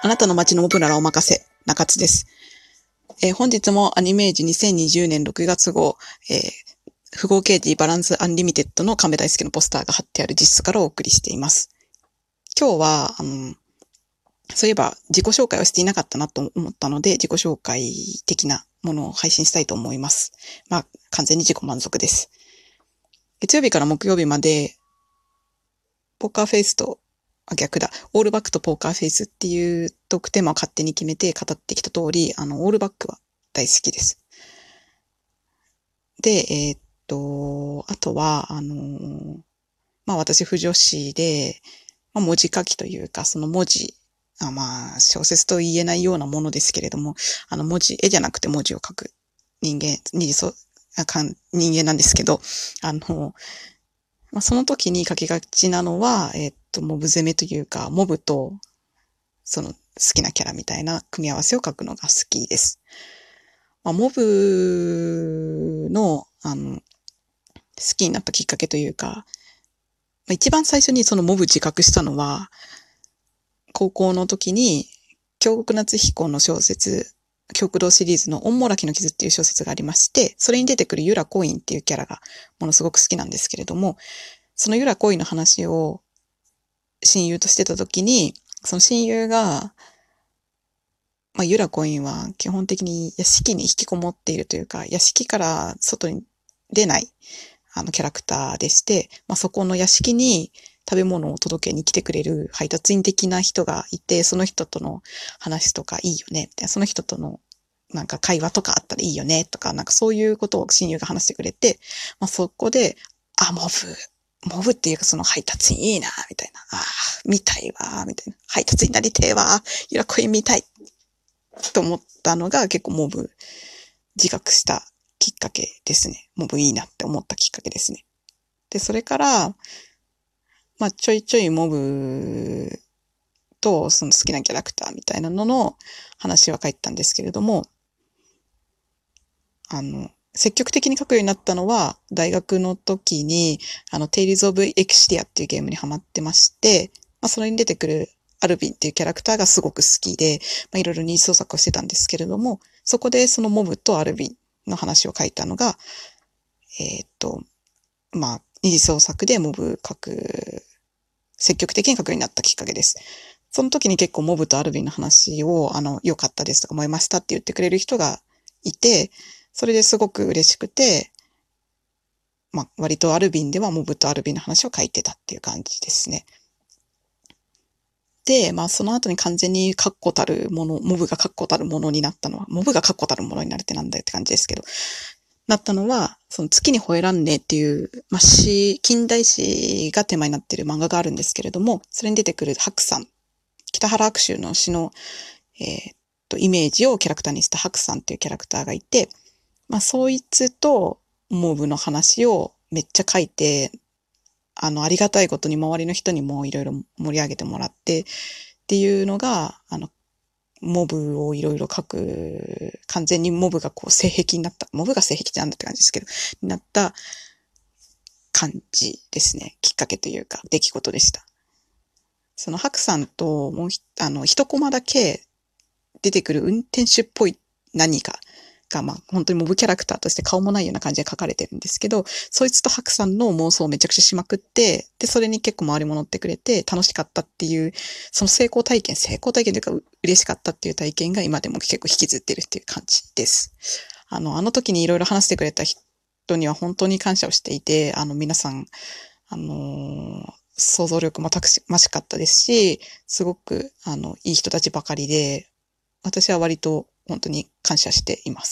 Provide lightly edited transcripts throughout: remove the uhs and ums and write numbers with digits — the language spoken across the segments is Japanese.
あなたの街のモブならお任せ、中津です。本日もアニメージ2020年6月号、符号掲示バランスアンリミテッドの亀大輔のポスターが貼ってある実質からお送りしています。今日は、そういえば自己紹介をしていなかったなと思ったので、自己紹介的なものを配信したいと思います。完全に自己満足です。月曜日から木曜日まで、ポーカーフェイスと、逆だ。オールバックとポーカーフェイスっていうトークテーマを勝手に決めて語ってきた通り、オールバックは大好きです。で、あとは、私、不女子で、文字書きというか、その文字、小説と言えないようなものですけれども、絵じゃなくて文字を書く人間なんですけど、その時に書きがちなのは、モブ攻めというか、モブと、その好きなキャラみたいな組み合わせを書くのが好きです。モブの、好きになったきっかけというか、一番最初にそのモブ自覚したのは、高校の時に、京極夏彦の小説、極道シリーズのオンモラキの傷っていう小説がありまして、それに出てくるユラコインっていうキャラがものすごく好きなんですけれども、そのユラコインの話を親友としてた時に、その親友が、ユラコインは基本的に屋敷に引きこもっているというか、屋敷から外に出ない、キャラクターでして、そこの屋敷に食べ物を届けに来てくれる配達員的な人がいて、その人との話とかいいよね、みたいな、その人とのなんか会話とかあったらいいよね、とか、なんかそういうことを親友が話してくれて、そこで、モブっていうかその配達員いいな、みたいな。見たいわ、みたいな。配達員になりてえわ、ユラコイン見たい。と思ったのが結構モブ自覚したきっかけですね。モブいいなって思ったきっかけですね。で、それから、ちょいちょいモブとその好きなキャラクターみたいなのの話は書いたんですけれども、積極的に書くようになったのは、大学の時に、テイルズ・オブ・エクシティアっていうゲームにハマってまして、それに出てくるアルビンっていうキャラクターがすごく好きで、いろいろ二次創作をしてたんですけれども、そこでそのモブとアルビンの話を書いたのが、二次創作でモブ積極的に書くようになったきっかけです。その時に結構モブとアルビンの話を、良かったですとか思いましたって言ってくれる人がいて、それですごく嬉しくて、割とアルビンではモブとアルビンの話を書いてたっていう感じですね。で、その後に完全に確固たるもの、モブが確固たるものになったのは、モブが確固たるものになるってなんだよって感じですけど、なったのは、その月に吠えらんねっていう、近代史がテーマになっている漫画があるんですけれども、それに出てくる白さん、北原白秋の詩の、イメージをキャラクターにした白さんっていうキャラクターがいて、そいつとモブの話をめっちゃ書いて、ありがたいことに周りの人にもいろいろ盛り上げてもらってっていうのが、モブをいろいろ書く、完全にモブが性癖になった、モブが性癖なんだって感じですけど、になった感じですね。きっかけというか、出来事でした。その白さんともう一コマだけ出てくる運転手っぽい何かが、本当にモブキャラクターとして顔もないような感じで書かれてるんですけど、そいつと白さんの妄想をめちゃくちゃしまくって、で、それに結構周りも乗ってくれて楽しかったっていう、その成功体験というか嬉しかったっていう体験が今でも結構引きずってるっていう感じです。あの時にいろいろ話してくれた人には本当に感謝をしていて、皆さん、想像力もたくましかったですし、すごく、いい人たちばかりで、私は割と本当に感謝しています。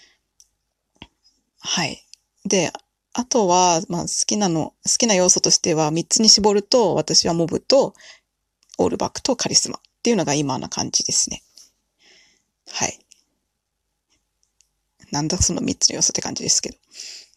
はい。で、あとは、好きな要素としては3つに絞ると、私はモブとオールバックとカリスマっていうのが今な感じですね。はい。なんだその3つの要素って感じですけど。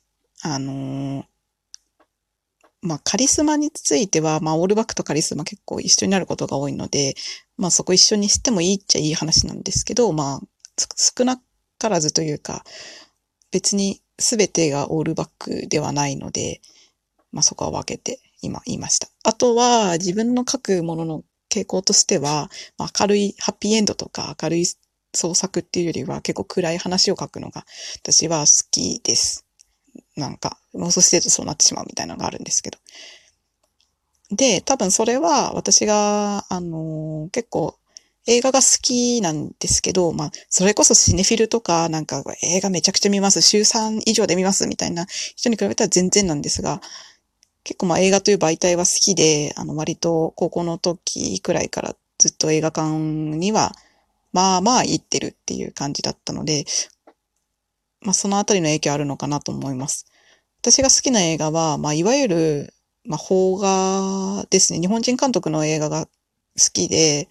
カリスマについては、オールバックとカリスマ結構一緒になることが多いので、そこ一緒にしてもいいっちゃいい話なんですけど、少なからずというか、別に全てがオールバックではないので、そこは分けて今言いました。あとは自分の書くものの傾向としては、明るい、ハッピーエンドとか明るい創作っていうよりは結構暗い話を書くのが私は好きです。なんか、妄想してるとそうなってしまうみたいなのがあるんですけど。で、多分それは私が、結構映画が好きなんですけど、それこそシネフィルとか、なんか映画めちゃくちゃ見ます、週3以上で見ますみたいな人に比べたら全然なんですが、結構映画という媒体は好きで、割と高校の時くらいからずっと映画館には、行ってるっていう感じだったので、そのあたりの影響あるのかなと思います。私が好きな映画は、いわゆる、邦画ですね。日本人監督の映画が好きで、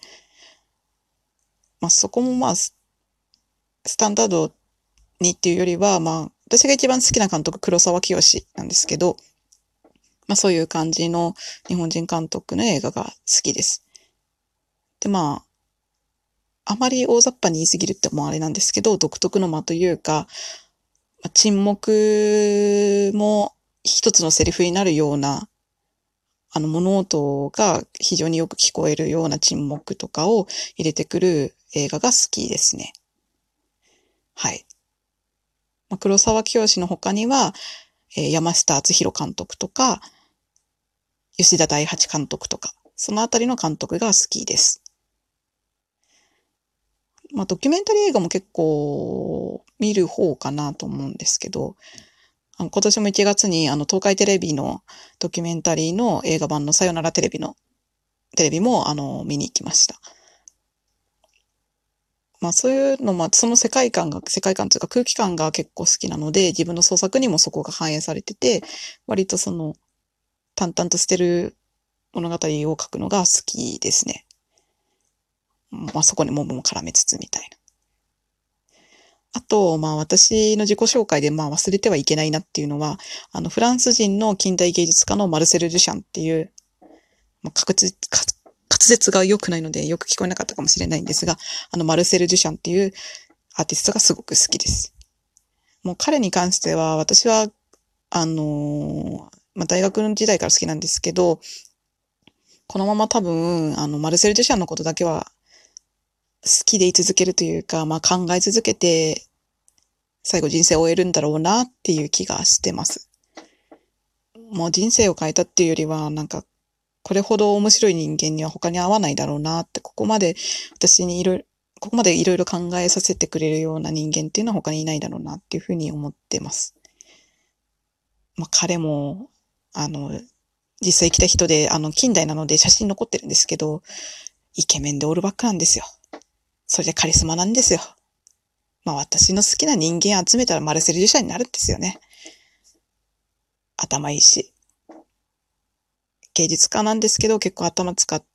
そこもスタンダードにっていうよりは、私が一番好きな監督、黒沢清なんですけど、そういう感じの日本人監督の映画が好きです。で、あまり大雑把に言い過ぎるってもあれなんですけど、独特の間というか、沈黙も一つのセリフになるような、物音が非常によく聞こえるような沈黙とかを入れてくる映画が好きですね。はい。黒沢清の他には、山下敦弘監督とか、吉田大八監督とか、そのあたりの監督が好きです。ドキュメンタリー映画も結構見る方かなと思うんですけど、今年も1月に東海テレビのドキュメンタリーの映画版のさよならテレビも見に行きました。そういうのも、その世界観というか空気感が結構好きなので、自分の創作にもそこが反映されてて、割と淡々としてる物語を書くのが好きですね。そこにモブも絡めつつみたいな。あと、私の自己紹介で忘れてはいけないなっていうのは、フランス人の近代芸術家のマルセル・デュシャンっていう、滑舌が良くないのでよく聞こえなかったかもしれないんですが、マルセル・デュシャンっていうアーティストがすごく好きです。もう彼に関しては、私は、大学の時代から好きなんですけど、このまま多分、マルセル・デュシャンのことだけは好きでい続けるというか、考え続けて、最後人生を終えるんだろうなっていう気がしてます。もう人生を変えたっていうよりは、これほど面白い人間には他に会わないだろうなって、ここまでいろいろ考えさせてくれるような人間っていうのは他にいないだろうなっていうふうに思ってます。彼も、実際来た人で、近代なので写真残ってるんですけど、イケメンでオールバックなんですよ。それでカリスマなんですよ。私の好きな人間集めたらマルセル・デュシャンになるんですよね。頭いいし。芸術家なんですけど、結構頭使って、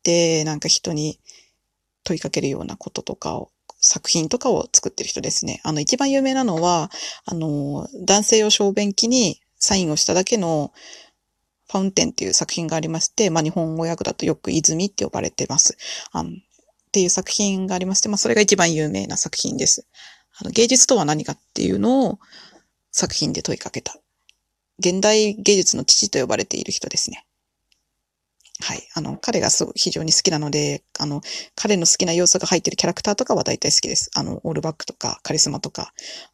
人に問いかけるようなこととか作品とかを作ってる人ですね。一番有名なのは、男性用小便器にサインをしただけのファウンテンっていう作品がありまして、日本語訳だとよく泉って呼ばれてます。っていう作品がありまして、それが一番有名な作品です。芸術とは何かっていうのを作品で問いかけた。現代芸術の父と呼ばれている人ですね。はい。彼が非常に好きなので、彼の好きな要素が入っているキャラクターとかは大体好きです。オールバックとか、カリスマとか、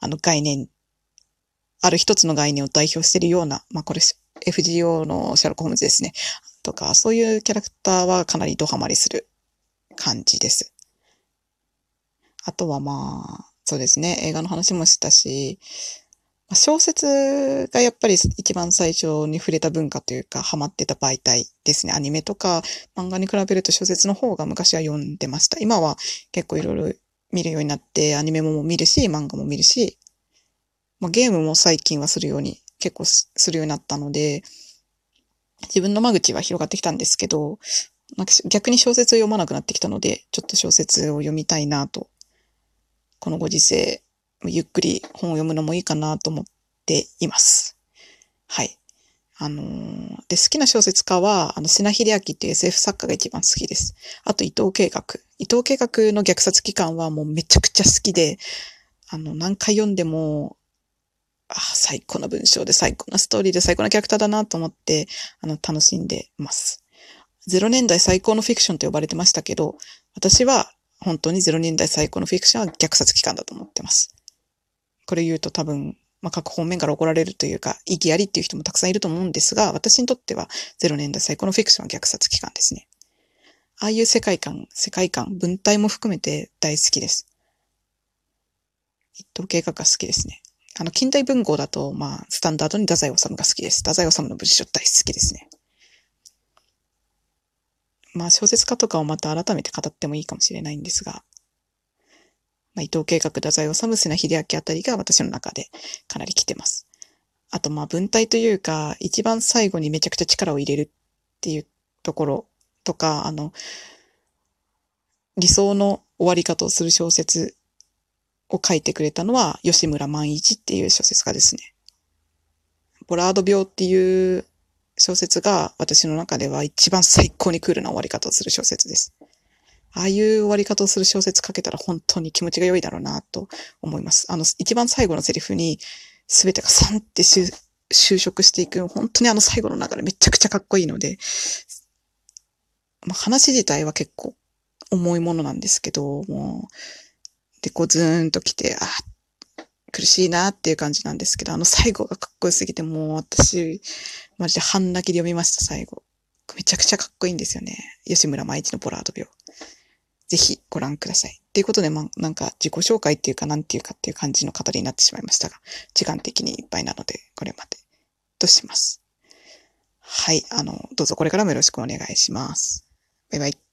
ある一つの概念を代表しているような、これ、FGO のシャーロック・ホームズですね。とか、そういうキャラクターはかなりドハマりする感じです。あとはそうですね。映画の話もしたし、小説がやっぱり一番最初に触れた文化というか、ハマってた媒体ですね。アニメとか漫画に比べると小説の方が昔は読んでました。今は結構いろいろ見るようになって、アニメも見るし、漫画も見るし、ゲームも最近は結構するようになったので、自分の間口は広がってきたんですけど、逆に小説を読まなくなってきたので、ちょっと小説を読みたいなと、このご時世、ゆっくり本を読むのもいいかなと思っています。はい。で、好きな小説家は、瀬名秀明っていう SF 作家が一番好きです。あと、伊藤計画。伊藤計画の虐殺期間はもうめちゃくちゃ好きで、何回読んでも、最高の文章で最高なストーリーで最高なキャラクターだなと思って、楽しんでます。 0年代最高のフィクションと呼ばれてましたけど、私は本当に0年代最高のフィクションは虐殺期間だと思ってます。これ言うと多分、各方面から怒られるというか、意義ありっていう人もたくさんいると思うんですが、私にとっては0年代最高のフィクションは虐殺期間ですね。ああいう世界観、文体も含めて大好きです。一等計画が好きですね。近代文豪だと、スタンダードに太宰治が好きです。太宰治の文章大好きですね。小説家とかをまた改めて語ってもいいかもしれないんですが、伊藤計画、太宰治、瀬名秀明あたりが私の中でかなり来てます。あと文体というか、一番最後にめちゃくちゃ力を入れるっていうところとか、理想の終わり方をする小説を書いてくれたのは吉村万一っていう小説家ですね。ボラード病っていう小説が私の中では一番最高にクールな終わり方をする小説です。ああいう終わり方をする小説書けたら本当に気持ちが良いだろうなと思います。一番最後のセリフに全てがサンって収束していく、本当に最後の流れめちゃくちゃかっこいいので、話自体は結構重いものなんですけど、もう、で、ズーンと来て、苦しいなっていう感じなんですけど、最後がかっこよすぎて、もう私、マジで半泣きで読みました、最後。めちゃくちゃかっこいいんですよね。吉村舞一のボラード病。ぜひご覧ください。っていうことで、なんか自己紹介っていうか、なんていうかっていう感じの語りになってしまいましたが、時間的にいっぱいなので、これまでとします。はい、どうぞこれからもよろしくお願いします。バイバイ。